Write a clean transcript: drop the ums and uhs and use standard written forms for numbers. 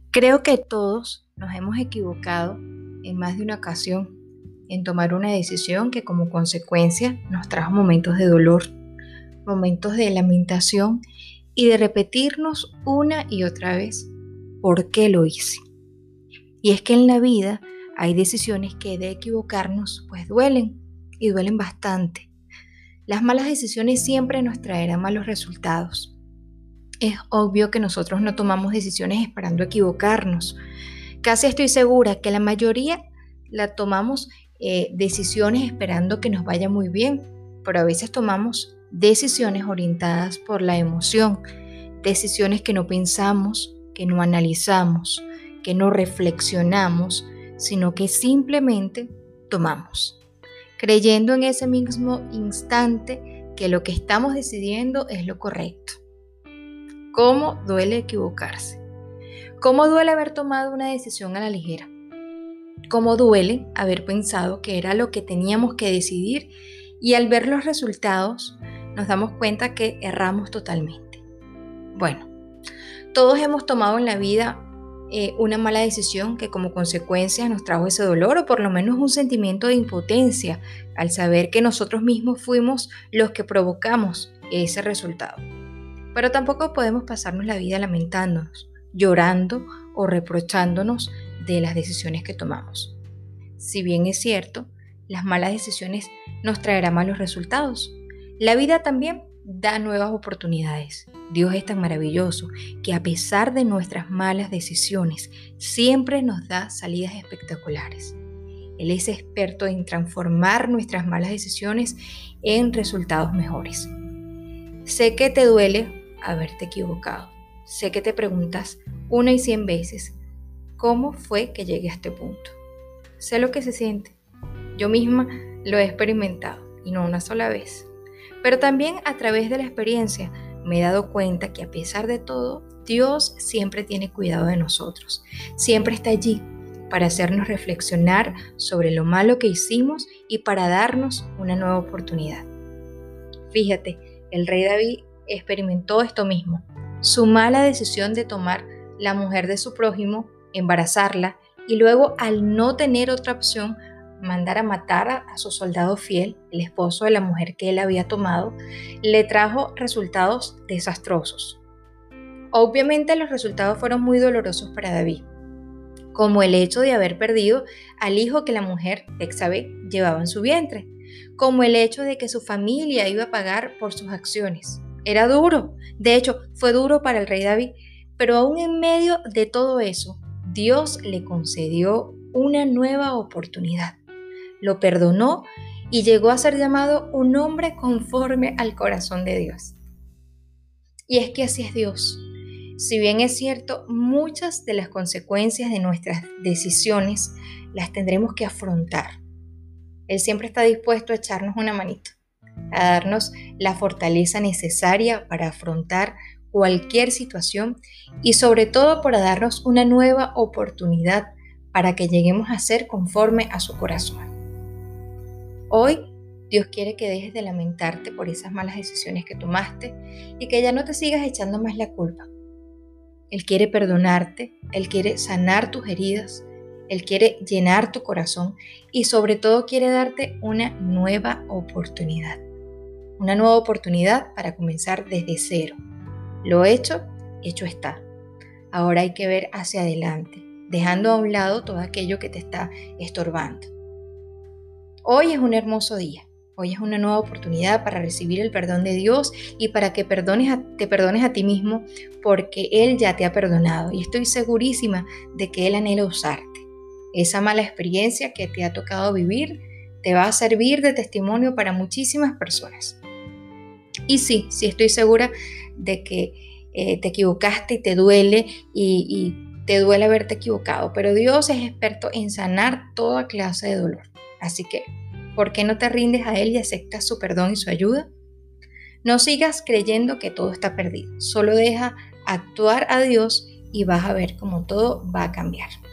Creo que todos nos hemos equivocado en más de una ocasión en tomar una decisión que como consecuencia nos trajo momentos de dolor, momentos de lamentación y de repetirnos una y otra vez por qué lo hice. Y es que en la vida hay decisiones que de equivocarnos pues duelen y duelen bastante. Las malas decisiones siempre nos traerán malos resultados. Es obvio que nosotros no tomamos decisiones esperando equivocarnos. Casi estoy segura que la mayoría la tomamos decisiones esperando que nos vaya muy bien, pero a veces tomamos decisiones orientadas por la emoción, decisiones que no pensamos, que no analizamos, que no reflexionamos, sino que simplemente tomamos, creyendo en ese mismo instante que lo que estamos decidiendo es lo correcto. ¿Cómo duele equivocarse? ¿Cómo duele haber tomado una decisión a la ligera? ¿Cómo duele haber pensado que era lo que teníamos que decidir y al ver los resultados nos damos cuenta que erramos totalmente? Bueno, todos hemos tomado en la vida una mala decisión que como consecuencia nos trajo ese dolor o por lo menos un sentimiento de impotencia al saber que nosotros mismos fuimos los que provocamos ese resultado. Pero tampoco podemos pasarnos la vida lamentándonos, llorando o reprochándonos de las decisiones que tomamos. Si bien es cierto, las malas decisiones nos traerán malos resultados. La vida también da nuevas oportunidades. Dios es tan maravilloso que a pesar de nuestras malas decisiones, siempre nos da salidas espectaculares. Él es experto en transformar nuestras malas decisiones en resultados mejores. Sé que te duele haberte equivocado. Sé que te preguntas 1 y 100 veces, ¿cómo fue que llegué a este punto? Sé lo que se siente. Yo misma lo he experimentado y no una sola vez. Pero también a través de la experiencia me he dado cuenta que a pesar de todo, Dios siempre tiene cuidado de nosotros. Siempre está allí para hacernos reflexionar sobre lo malo que hicimos y para darnos una nueva oportunidad. Fíjate, el rey David experimentó esto mismo. Su mala decisión de tomar la mujer de su prójimo, embarazarla y luego al no tener otra opción, mandar a matar a su soldado fiel, el esposo de la mujer que él había tomado, le trajo resultados desastrosos. Obviamente los resultados fueron muy dolorosos para David, como el hecho de haber perdido al hijo que la mujer, Betsabé, llevaba en su vientre, como el hecho de que su familia iba a pagar por sus acciones. Era duro, de hecho fue duro para el rey David, pero aún en medio de todo eso, Dios le concedió una nueva oportunidad. Lo perdonó y llegó a ser llamado un hombre conforme al corazón de Dios. Y es que así es Dios. Si bien es cierto, muchas de las consecuencias de nuestras decisiones las tendremos que afrontar. Él siempre está dispuesto a echarnos una manito, a darnos la fortaleza necesaria para afrontar cualquier situación y sobre todo para darnos una nueva oportunidad para que lleguemos a ser conforme a su corazón. Hoy Dios quiere que dejes de lamentarte por esas malas decisiones que tomaste y que ya no te sigas echando más la culpa. Él quiere perdonarte, Él quiere sanar tus heridas, Él quiere llenar tu corazón y sobre todo quiere darte una nueva oportunidad. Una nueva oportunidad para comenzar desde cero. Lo hecho, hecho está. Ahora hay que ver hacia adelante, dejando a un lado todo aquello que te está estorbando. Hoy es un hermoso día. Hoy es una nueva oportunidad para recibir el perdón de Dios y para que te perdones a ti mismo porque Él ya te ha perdonado y estoy segurísima de que Él anhela usarte. Esa mala experiencia que te ha tocado vivir te va a servir de testimonio para muchísimas personas. Y sí estoy segura de que te equivocaste y te duele y te duele haberte equivocado, pero Dios es experto en sanar toda clase de dolor. Así que, ¿por qué no te rindes a Él y aceptas su perdón y su ayuda? No sigas creyendo que todo está perdido. Solo deja actuar a Dios y vas a ver cómo todo va a cambiar.